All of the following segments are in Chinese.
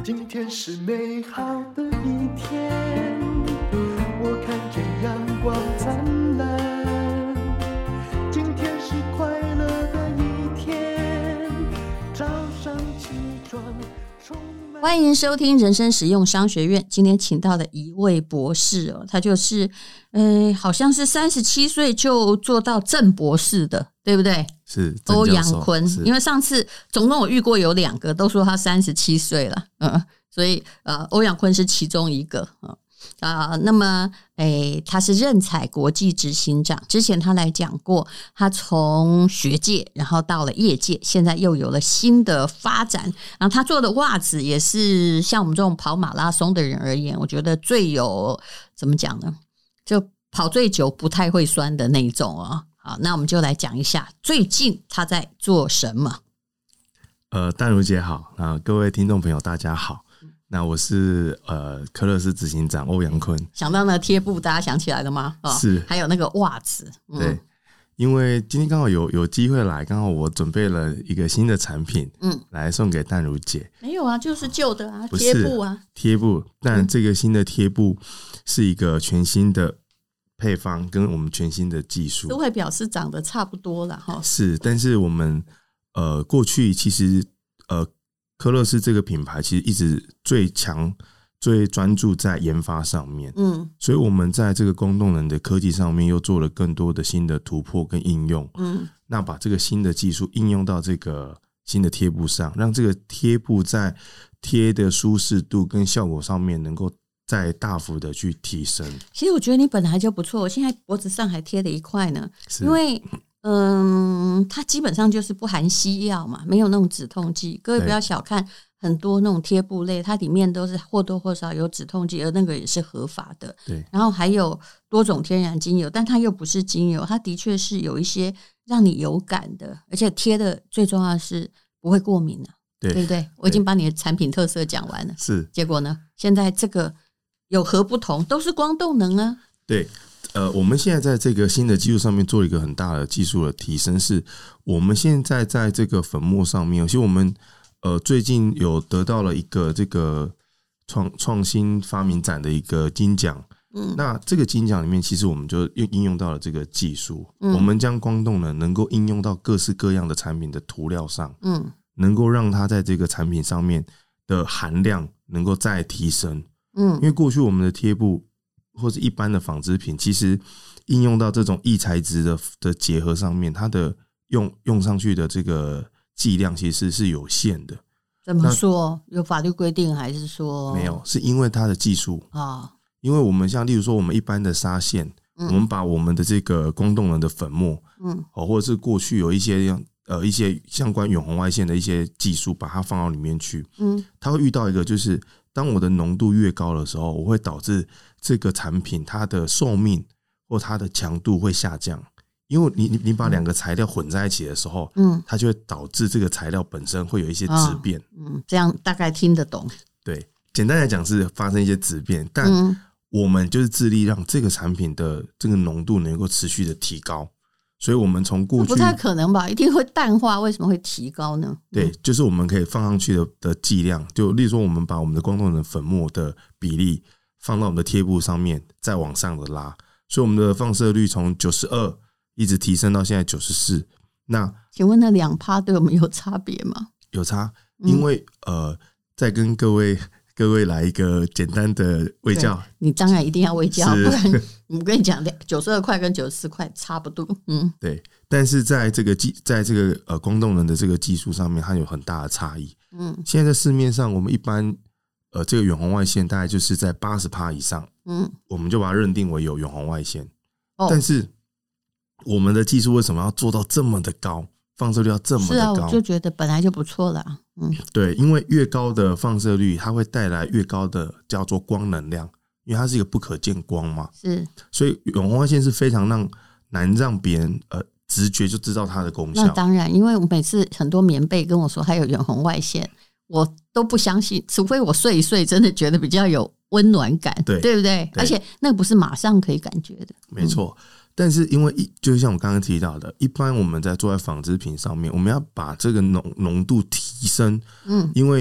今天是美好的一天，我看见阳光灿烂。今天是快乐的一天，早上起床充满。 欢迎收听人生实用商学院。今天请到的一位博士哦，他就是好像是37岁就做到正博士的，对不对？ 是欧阳坤。因为上次总共我遇过有2个都说他37岁了，所以欧阳坤是其中一个。那么他是任采国际执行长，之前他来讲过，他从学界然后到了业界，现在又有了新的发展。然后他做的袜子也是像我们这种跑马拉松的人而言，我觉得最有怎么讲呢，就跑最久不太会酸的那一种哦。好，那我们就来讲一下最近他在做什么。 淡如姐好，各位听众朋友大家好。那我是科勒斯执行长欧阳坤。 想到那个贴布，大家想起来了吗？ 是， 还有那个袜子。 对，因为今天刚好有机会来，刚好我准备了一个新的产品，来送给淡如姐。 没有啊，就是旧的啊，贴布啊， 贴布。但这个新的贴布是一个全新的配方，跟我们全新的技术， 都会表示长得差不多了哈。 是，但是我们过去其实科勒斯这个品牌其实一直最强、最专注在研发上面，所以我们在这个光动能的科技上面又做了更多的新的突破跟应用，那把这个新的技术应用到这个新的贴布上，让这个贴布在贴的舒适度跟效果上面能够再大幅的去提升。 其实我觉得你本来就不错，我现在脖子上还贴了一块呢，因为它基本上就是不含西药嘛，没有那种止痛剂。各位不要小看很多那种贴布类，它里面都是或多或少有止痛剂，而那个也是合法的。 对， 然后还有多种天然精油，但它又不是精油，它的确是有一些让你有感的，而且贴的最重要的是不会过敏啊，对不对？我已经把你的产品特色讲完了， 是。 结果呢，现在这个有何不同？都是光动能啊。 对。我们现在在这个新的技术上面做了一个很大的技术的提升，是我们现在在这个粉末上面，其实我们最近有得到了一个这个创新发明展的一个金奖，那这个金奖里面其实我们就应用到了这个技术，我们将光动能够应用到各式各样的产品的涂料上，能够让它在这个产品上面的含量能够再提升，因为过去我们的贴布或是一般的纺织品，其实应用到这种异材质的结合上面，它的用上去的这个剂量其实是有限的。 怎么说？有法律规定还是说没有？是因为它的技术啊。因为我们像例如说我们一般的纱线，我们把我们的这个光动能的粉末，或者是过去有一些相关远红外线的一些技术，把它放到里面去，它会遇到一个就是当我的浓度越高的时候，我会导致这个产品它的寿命或它的强度会下降，因为你把2个材料混在一起的时候，它就会导致这个材料本身会有一些质变。 这样大概听得懂。 对，简单来讲是发生一些质变，但我们就是致力让这个产品的这个浓度能够持续的提高。所以我们从过去不太可能吧，一定会淡化，为什么会提高呢？ 对，就是我们可以放上去的剂量，就例如说我们把我们的光动能粉末的比例放到我们的贴布上面，再往上的拉，所以我们的放射率从92一直提升到现在94。那请问那2%对我们有差别吗？ 有差，因为再跟各位来一个简单的卫教。 你当然一定要卫教，不然我跟你讲92块跟94块差不多。 对，但是在这个光动能的这个技术上面，它有很大的差异。现在在市面上，我们一般这个远红外线大概就是在80%以上，我们就把它认定为有远红外线。但是我们的技术为什么要做到这么的高？放射率要这么的高？ 是啊，我就觉得本来就不错了。 对，因为越高的放射率，它会带来越高的叫做光能量，因为它是一个不可见光嘛。是，所以远红外线是非常难让别人直觉就知道它的功效。 那当然，因为我每次很多棉被跟我说还有远红外线，我都不相信，除非我睡一睡，真的觉得比较有温暖感，对不对？而且那个不是马上可以感觉的。 没错。但是因为就像我刚刚提到的，一般我们在做在纺织品上面，我们要把这个浓度提升，因为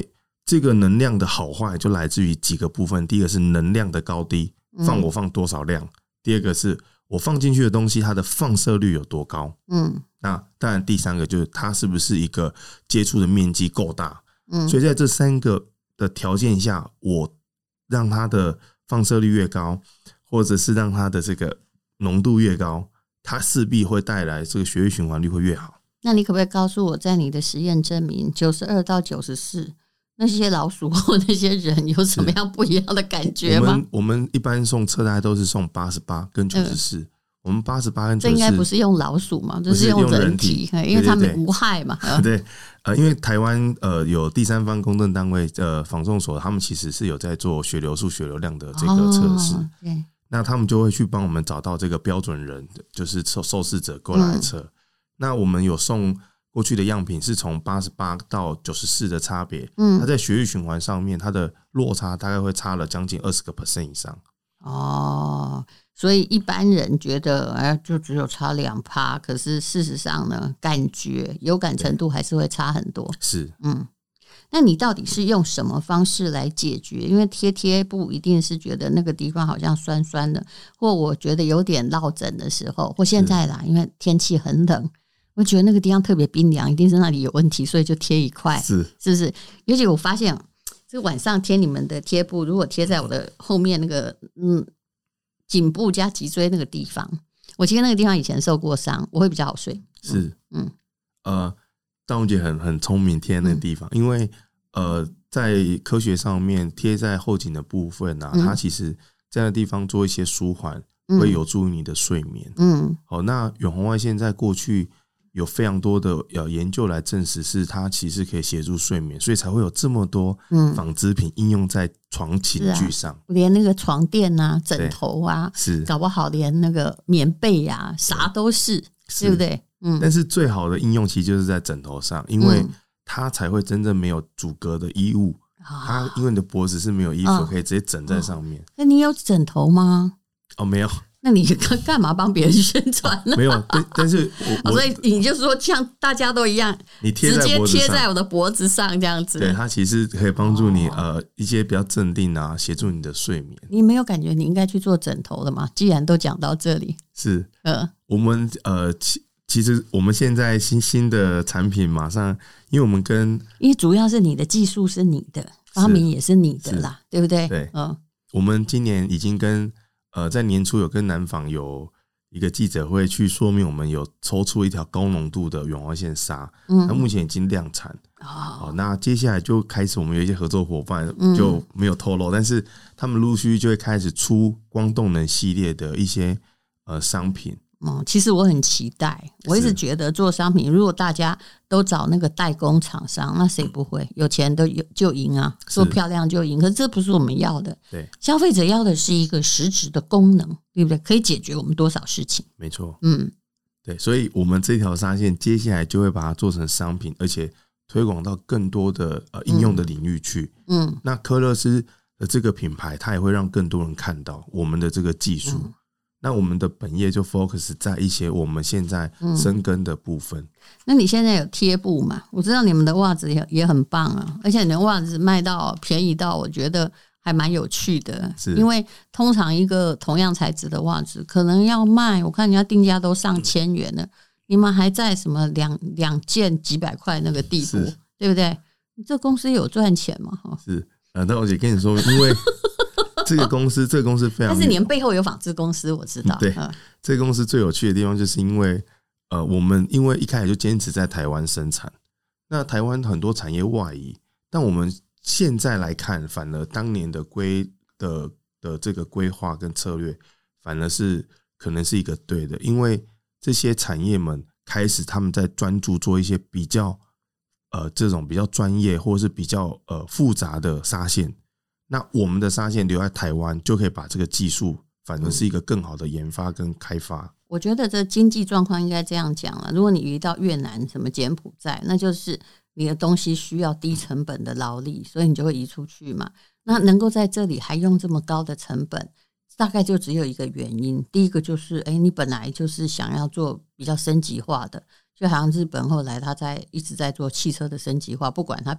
这个能量的好坏就来自于几个部分，第一个是能量的高低，我放多少量，第二个是我放进去的东西它的放射率有多高，那当然第三个就是它是不是一个接触的面积够大，所以在这3个的条件下，我让它的放射率越高，或者是让它的这个浓度越高，它势必会带来这个血液循环率会越好。 那你可不可以告诉我，在你的实验证明92到94那些老鼠或那些人有什么样不一样的感觉吗？ 我们一般送测大概都是送88跟94，我们88跟94， 这应该不是用老鼠嘛，这是用人体，因为他们无害嘛。 对，因为台湾有第三方公证单位仿送所，他们其实是有在做血流数、血流量的这个测试， 对， 那他们就会去帮我们找到这个标准人，就是受试者过来测。那我们有送过去的样品是从88到94的差别，它在血液循环上面，它的落差大概会差了将近20% 以上。 所以一般人觉得就只有差2%，可是事实上呢，感觉有感程度还是会差很多。 是， 那你到底是用什么方式来解决？因为贴布一定是觉得那个地方好像酸酸的，或我觉得有点落枕的时候，或现在啦，因为天气很冷，我觉得那个地方特别冰凉，一定是那里有问题，所以就贴一块，是不是？尤其我发现这晚上贴你们的贴布，如果贴在我的后面那个颈部加脊椎那个地方，我其实那个地方以前受过伤，我会比较好睡。 是，大荣姐很聪明，贴在那个地方，因为在科学上面贴在后颈的部分啊，它其实在那地方做一些舒缓，会有助于你的睡眠。好，那远红外线在过去有非常多的研究来证实，是它其实可以协助睡眠，所以才会有这么多纺织品应用在床寝具上， 连那个床垫啊、枕头啊，是搞不好连那个棉被啊，啥都是，对不对？ 但是最好的应用其实就是在枕头上，因为它才会真正没有阻隔的衣物。它因为你的脖子是没有衣服，可以直接枕在上面。 那你有枕头吗？ 没有。 那你干嘛帮别人宣传呢？ 没有，但是所以你就说像大家都一样， 你直接贴在我的脖子上这样子。 对，它其实可以帮助你一些比较镇定啊，协助你的睡眠。 你没有感觉你应该去做枕头了吗？既然都讲到这里， 是我们其实我们现在新的产品马上，因为主要是你的技术是你的，发明也是你的啦，对不对？ 对，我们今年已经在年初有跟南纺有一个记者会去说明，我们有抽出一条高浓度的远红外线纱，那目前已经量产。那接下来就开始我们有一些合作伙伴就没有透露，但是他们陆续就会开始出光动能系列的一些商品。 其实我很期待，我一直觉得做商品，如果大家都找那个代工厂商，那谁不会？有钱的就赢啊，做漂亮就赢。可是这不是我们要的， 对， 消费者要的是一个实质的功能，对不对？可以解决我们多少事情？ 没错，对，所以我们这条纱线接下来就会把它做成商品，而且推广到更多的应用的领域去。那科乐斯的这个品牌，它也会让更多人看到我们的这个技术。那我们的本业就 focus 在一些我们现在深耕的部分。 那你现在有贴布嘛？我知道你们的袜子也很棒啊，而且你的袜子卖到便宜到，我觉得还蛮有趣的。因为通常一个同样材质的袜子可能要卖，我看人家定价都上千元了，你们还在什么两件几百块那个地步，对不对？你这公司有赚钱吗？ 是那我姐跟你说，因为这个公司非常， 但是你们背后有纺织公司，我知道。 对，这个公司最有趣的地方，就是因为我们因为一开始就坚持在台湾生产，那台湾很多产业外移，但我们现在来看，反而当年的这个规划跟策略，反而是可能是一个对的，因为这些产业们开始他们在专注做一些比较这种比较专业或是比较复杂的纱线。那我们的纱线留在台湾，就可以把这个技术反而是一个更好的研发跟开发。 我觉得这经济状况应该这样讲了，如果你移到越南什么柬埔寨，那就是你的东西需要低成本的劳力，所以你就会移出去嘛。那能够在这里还用这么高的成本，大概就只有一个原因，第一个就是你本来就是想要做比较升级化的，就好像日本后来他一直在做汽车的升级化，不管他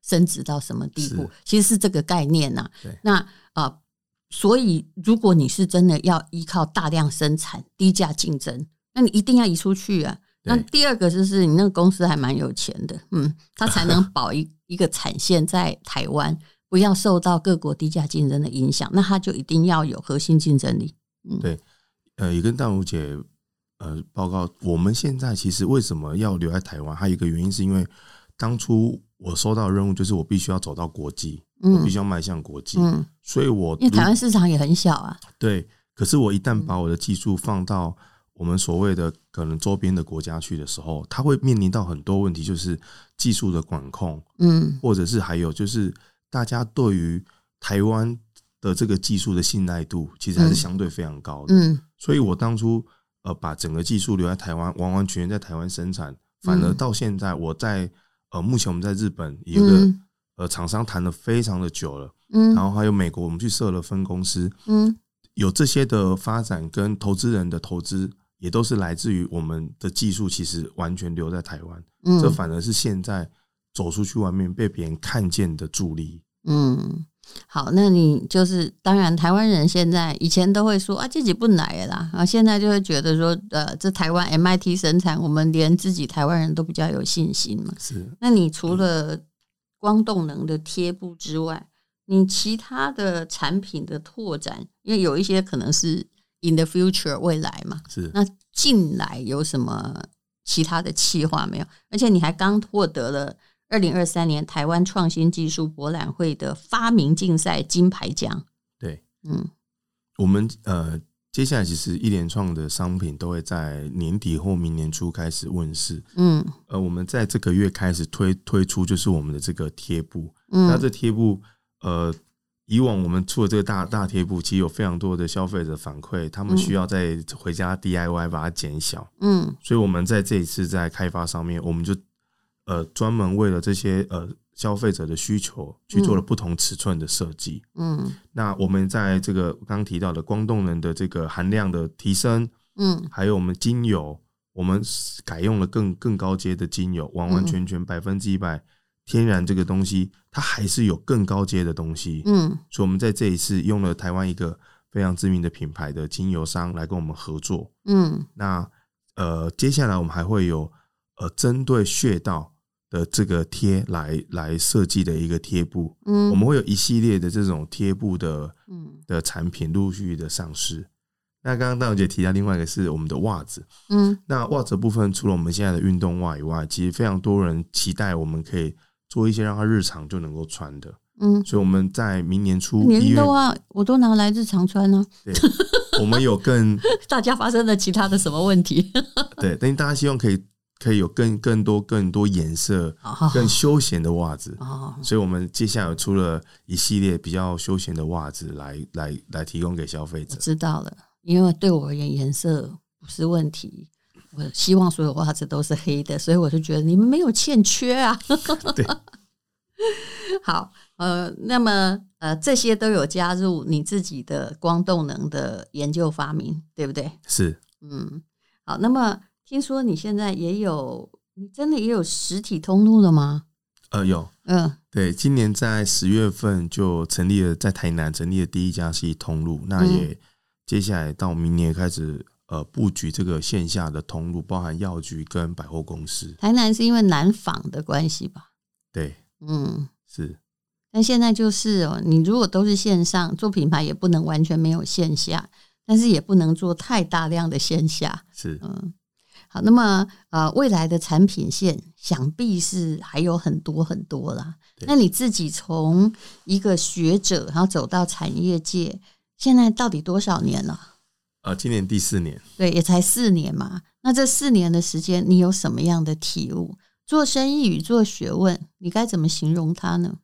升值到什么地步，其实是这个概念啊。那所以如果你是真的要依靠大量生产、低价竞争，那你一定要移出去啊。那第二个就是你那个公司还蛮有钱的，它才能保一个产线在台湾，不要受到各国低价竞争的影响，那它就一定要有核心竞争力。 对，也跟淡如姐报告，我们现在其实为什么要留在台湾，还有一个原因是因为当初我收到的任务就是我必须要走到国际，我必须要迈向国际，所以因为台湾市场也很小啊。 对，可是我一旦把我的技术放到我们所谓的可能周边的国家去的时候，它会面临到很多问题，就是技术的管控，或者是还有就是大家对于台湾的这个技术的信赖度其实还是相对非常高的，所以我当初把整个技术留在台湾，完完全全在台湾生产，反而到现在我在目前我们在日本有一个厂商谈了非常的久了，然后还有美国我们去设了分公司，有这些的发展跟投资人的投资也都是来自于我们的技术其实完全留在台湾，这反而是现在走出去外面被别人看见的助力。 好，那你就是当然台湾人现在以前都会说自己不来了啦，现在就会觉得说这台湾 MIT 生产，我们连自己台湾人都比较有信心嘛。 是。 那你除了光动能的贴布之外，你其他的产品的拓展，因为有一些可能是 in the future 未来嘛， 是。 那近来有什么其他的企划没有？而且你还刚获得了2023年台湾创新技术博览会的发明竞赛金牌奖。 对，我们接下来其实一连串的商品都会在年底或明年初开始问世。我们在这个月开始推出就是我们的这个贴布。那这贴布以往我们出了这个大贴布，其实有非常多的消费者反馈，他们需要再回家 DIY 把它减小。所以我们在这一次在开发上面，我们就专门为了这些消费者的需求去做了不同尺寸的设计。那我们在这个刚提到的光动能的这个含量的提升，还有我们精油，我们改用了更高阶的精油，完完全全100%天然这个东西，它还是有更高阶的东西。所以我们在这一次用了台湾一个非常知名的品牌的精油商来跟我们合作。那接下来我们还会有针对穴道的这个贴来设计的一个贴布。我们会有一系列的这种贴布的产品陆续的上市。那刚刚大友姐提到另外一个是我们的袜子。那袜子的部分除了我们现在的运动袜以外，其实非常多人期待我们可以做一些让他日常就能够穿的。所以我们在明年初1月， 你运动袜我都拿来日常穿啊。 对，我们有大家发生了其他的什么问题？ 对，但大家希望可以有更多颜色、更休闲的袜子。所以我们接下来出了一系列比较休闲的袜子来提供给消费者。 我知道了，因为对我而言颜色不是问题，我希望所有袜子都是黑的，所以我就觉得你们没有欠缺啊。 对。 好，那么这些都有加入你自己的光动能的研究发明，对不对？ 是。 好，那么听说你现在你真的也有实体通路了吗？ 有。对，今年在10月份就在台南成立了第一家实体通路，那也接下来到明年开始布局这个线下的通路，包含药局跟百货公司。 台南是因为南纺的关系吧？ 对。是。 但现在就是你如果都是线上做品牌，也不能完全没有线下，但是也不能做太大量的线下。 是。 好，那么未来的产品线想必是还有很多很多啦。那你自己从一个学者然后走到产业界，现在到底多少年了？ 今年第4年。 对，也才4年嘛。那这4年的时间，你有什么样的体悟？做生意与做学问，你该怎么形容它呢？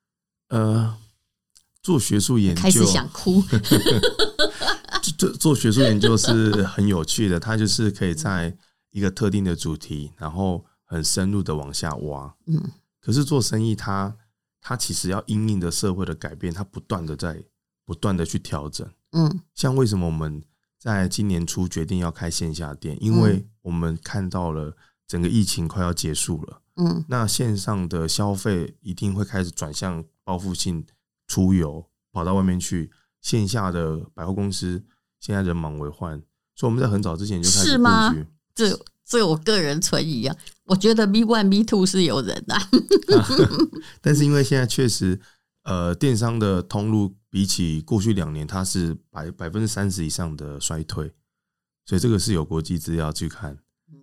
做学术研究开始想哭。 做学术研究是很有趣的，它就是可以在一个特定的主题，然后很深入的往下挖。可是做生意它其实要因应的社会的改变，它不断的去调整。像为什么我们在今年初决定要开线下店，因为我们看到了整个疫情快要结束了，那线上的消费一定会开始转向报复性出游，跑到外面去。线下的百货公司现在人满为患，所以我们在很早之前就开始布局。 这我个人存疑啊，我觉得 B1、B2 是有人啊但是因为现在确实，电商的通路比起过去2年，它是30%以上的衰退，所以这个是有国际资料去看。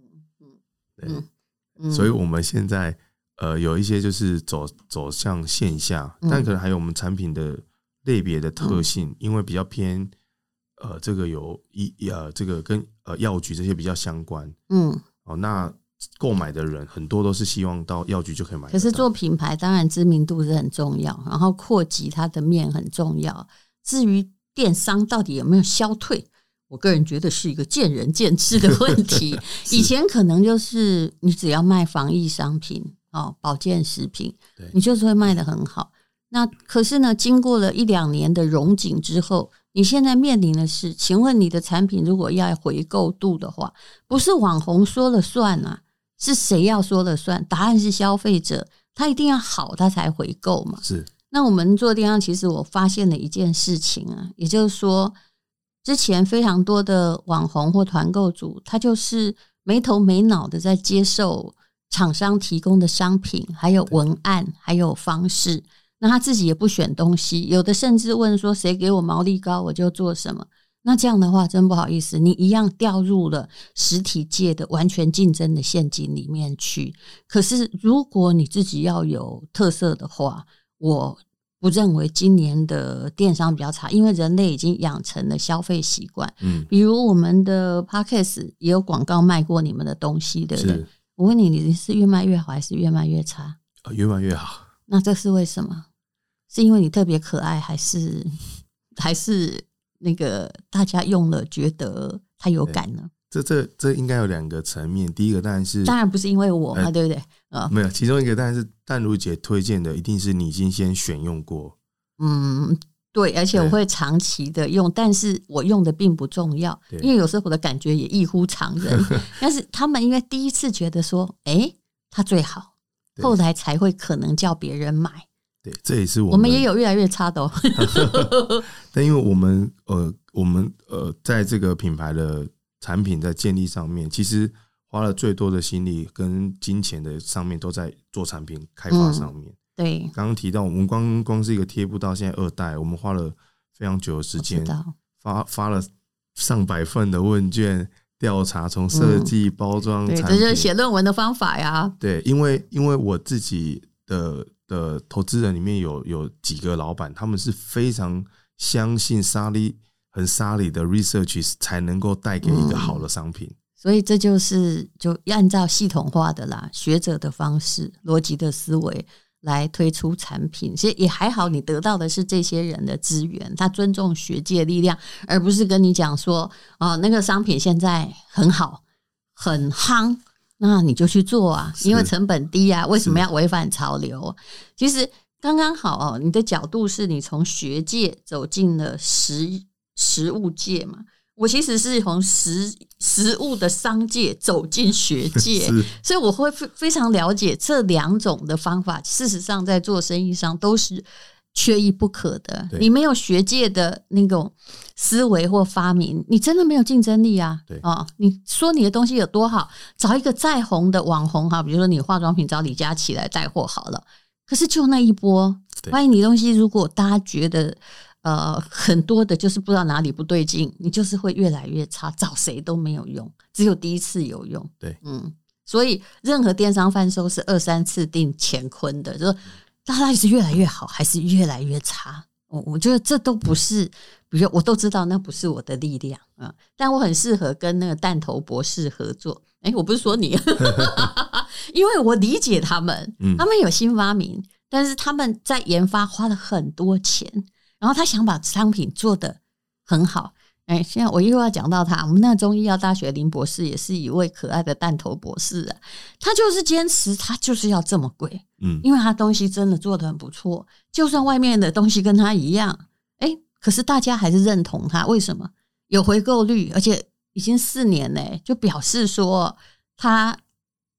对，所以我们现在有一些就是走向线下，但可能还有我们产品的类别的特性，因为比较偏这个有这个跟药局这些比较相关，那购买的人很多都是希望到药局就可以买得到。 可是做品牌当然知名度是很重要，然后扩及它的面很重要。至于电商到底有没有消退，我个人觉得是一个见仁见智的问题。以前可能就是你只要卖防疫商品、保健食品，你就是会卖得很好。那可是呢，经过了1-2年的荣景之后，你现在面临的是，请问你的产品如果要回购度的话，不是网红说了算啊，是谁要说了算？答案是消费者，他一定要好，他才回购嘛。 是。 那我们做电商，其实我发现了一件事情啊，也就是说，之前非常多的网红或团购主，他就是没头没脑的在接受厂商提供的商品，还有文案，还有方式。那他自己也不选东西，有的甚至问说谁给我毛利高我就做什么。那这样的话真不好意思，你一样掉入了实体界的完全竞争的陷阱里面去。可是如果你自己要有特色的话，我不认为今年的电商比较差，因为人类已经养成了消费习惯。比如我们的 Podcast 也有广告卖过你们的东西，对不对？我问你，你是越卖越好还是越卖越差？ 越卖越好。 那这是为什么？是因为你特别可爱，还是那个大家用了觉得它有感呢？ 这应该有2个层面。第一个当然不是因为我嘛，对不对？ 没有，其中一个当然是淡如姐推荐的，一定是你已经先选用过。 对，而且我会长期的用，但是我用的并不重要，因为有时候我的感觉也异乎常人。但是他们因为第一次觉得说，它最好，后来才会可能叫别人买。 对，这也是我们也有越来越差的哦。 但因为我们在这个品牌的产品在建立上面，其实花了最多的心力跟金钱的上面都在做产品开发上面。 对， 刚刚提到我们光是一个贴布到现在2代，我们花了非常久的时间，发了上百份的问卷调查，从设计、包装、产品， 这就是写论文的方法呀。 对，因为我自己的投资人里面有几个老板，他们是非常相信很沙里的 research 才能够带给一个好的商品。 所以这就按照系统化的啦，学者的方式、逻辑的思维来推出产品。其实也还好，你得到的是这些人的资源，他尊重学界力量，而不是跟你讲说那个商品现在很好很夯，那你就去做啊，因为成本低啊，为什么要违反潮流？其实刚刚好你的角度是你从学界走进了实务界嘛，我其实是从实务的商界走进学界，所以我会非常了解这2种的方法，事实上在做生意上都是缺一不可的。你没有学界的那种思维或发明，你真的没有竞争力啊！你说你的东西有多好，找一个再红的网红比如说你化妆品找李佳琦来带货好了，可是就那一波，万一你东西如果大家觉得很多的就是不知道哪里不对劲，你就是会越来越差，找谁都没有用，只有第一次有用。对，所以任何电商贩售是2-3次定乾坤的，就是它到底是越来越好还是越来越差？我觉得这都不是，比如说我都知道那不是我的力量但我很适合跟那个弹头博士合作。我不是说你因为我理解他们，他们有新发明，但是他们在研发花了很多钱，然后他想把商品做得很好。现在我又要讲到他，我们那个中医药大学林博士也是一位可爱的弹头博士啊，他就是坚持他就是要这么贵，因为他东西真的做得很不错，就算外面的东西跟他一样，可是大家还是认同他，为什么？有回购率，而且已经4年了，就表示说他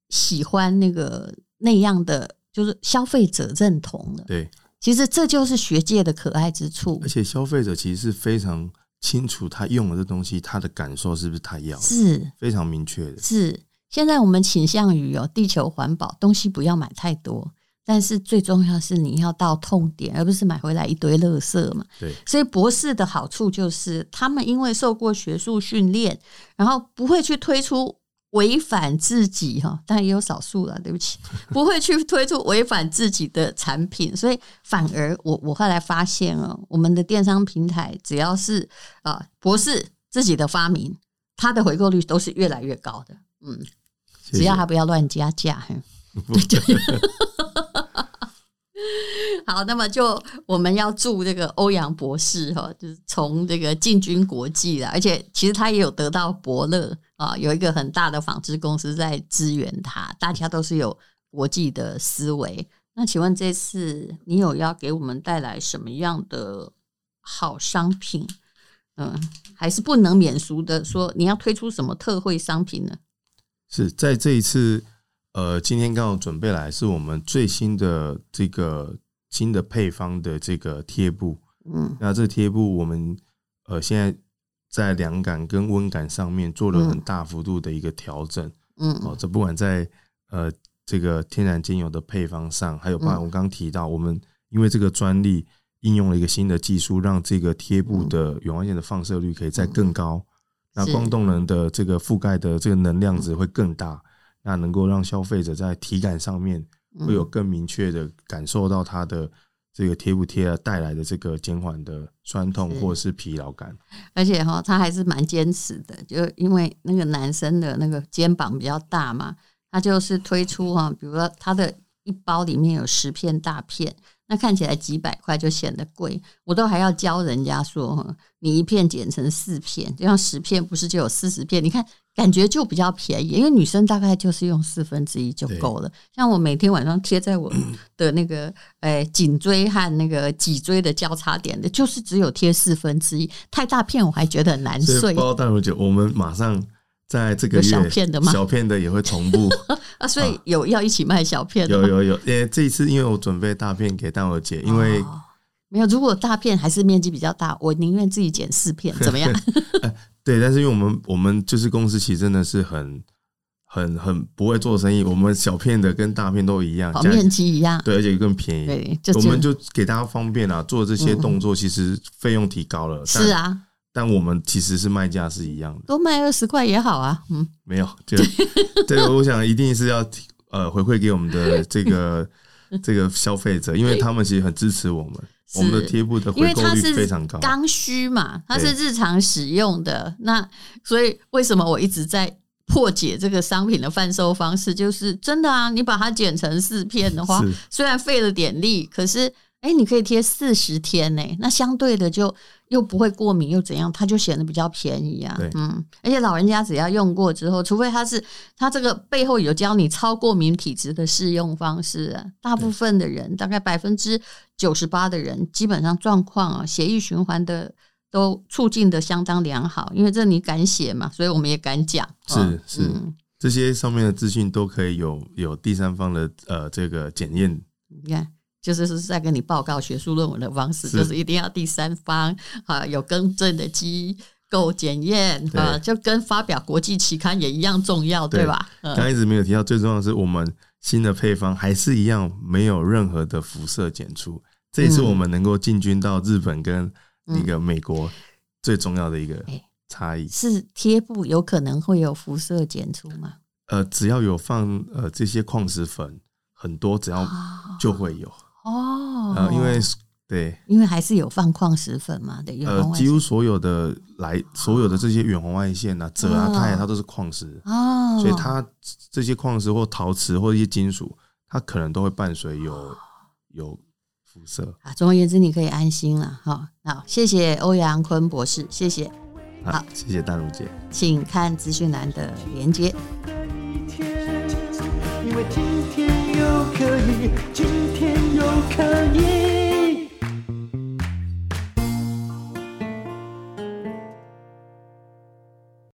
喜欢那样的，就是消费者认同的。 对， 其实这就是学界的可爱之处。 而且消费者其实是非常清楚他用了这东西，他的感受是不是他要的， 是非常明确的。 是，现在我们倾向于地球环保，东西不要买太多。但是最重要是你要到痛点，而不是买回来一堆垃圾嘛。 对， 所以博士的好处就是他们因为受过学术训练，然后不会去推出违反自己当然也有少数啦，对不起，不会去推出违反自己的产品，所以反而我后来发现我们的电商平台只要是博士自己的发明，它的回购率都是越来越高的。谢谢，只要他不要乱加价。好，那么就我们要祝这个欧阳博士就是从这个进军国际了，而且其实他也有得到伯乐有一个很大的纺织公司在支援他，大家都是有国际的思维。那请问这次你有要给我们带来什么样的好商品？还是不能免俗的说你要推出什么特惠商品呢？ 是在这一次今天刚好准备来是我们最新的这个新的配方的这个贴布。那这个贴布我们现在在凉感跟温感上面做了很大幅度的一个调整。这不管在这个天然精油的配方上，还有包括我刚刚提到我们因为这个专利应用了一个新的技术，让这个贴布的远环线的放射率可以再更高，那光动能的这个覆盖的这个能量值会更大，那能够让消费者在体感上面会有更明确的感受到它的这个贴布贴带来的这个减缓的酸痛或者是疲劳感。 而且他还是蛮坚持的，就因为那个男生的那个肩膀比较大嘛，他就是推出比如说他的一包里面有10片大片，那看起来几百块就显得贵，我都还要教人家说你一片剪成4片，这样10片不是就有40片，你看感觉就比较便宜，因为女生大概就是用1/4就够了。像我每天晚上贴在我的那个颈椎和那个脊椎的交叉点的，就是只有贴1/4，太大片我还觉得很难睡。 包大如姐，我们马上在这个月有小片的吗？ 小片的也会同步所以有要一起卖小片的吗？ 有，这一次因为我准备大片给淡如姐，因为没有，如果大片还是面积比较大，我宁愿自己剪4片，怎么样？ 对，但是因为我们就是公司其实真的是很不会做生意，我们小片的跟大片都一样， 面积一样， 对，而且更便宜。 对， 我们就给大家方便做这些动作，其实费用提高了。 是啊， 但我们其实是卖价是一样的， 多卖20块也好啊。 没有，对，我想一定是要回馈给我们的这个消费者，因为他们其实很支持我们。我们的贴布的回购率非常高， 因为它是刚需嘛，它是日常使用的，那所以为什么我一直在破解这个商品的贩售方式，就是真的啊，你把它剪成4片的话，虽然费了点力，可是你可以贴40天那相对的就又不会过敏又怎样，它就显得比较便宜啊。而且老人家只要用过之后，除非他这个背后有教你超过敏体质的适用方式大部分的人大概98%的人基本上状况血液循环的都促进的相当良好，因为这你敢写嘛，所以我们也敢讲。 是这些上面的资讯都可以有第三方的这个检验。 你看就是在跟你报告学术论文的方式，就是一定要第三方有更正的机构检验就跟发表国际期刊也一样重要，对吧？ 刚刚一直没有提到，最重要的是我们新的配方还是一样没有任何的辐射检出，这也是我们能够进军到日本跟那个美国最重要的一个差异。 是贴布有可能会有辐射检出吗？ 只要有放这些矿石粉，很多只要就会有。因为还是有放矿石粉嘛，对， 几乎所有的这些远红外线锗钛它都是矿石所以它这些矿石或陶瓷或一些金属，它可能都会伴随有辐射总而言之，你可以安心了。好，谢谢欧阳坤博士，谢谢。 好，谢谢淡如姐， 请看资讯栏的连结。 因为今天又可以，今天又可以。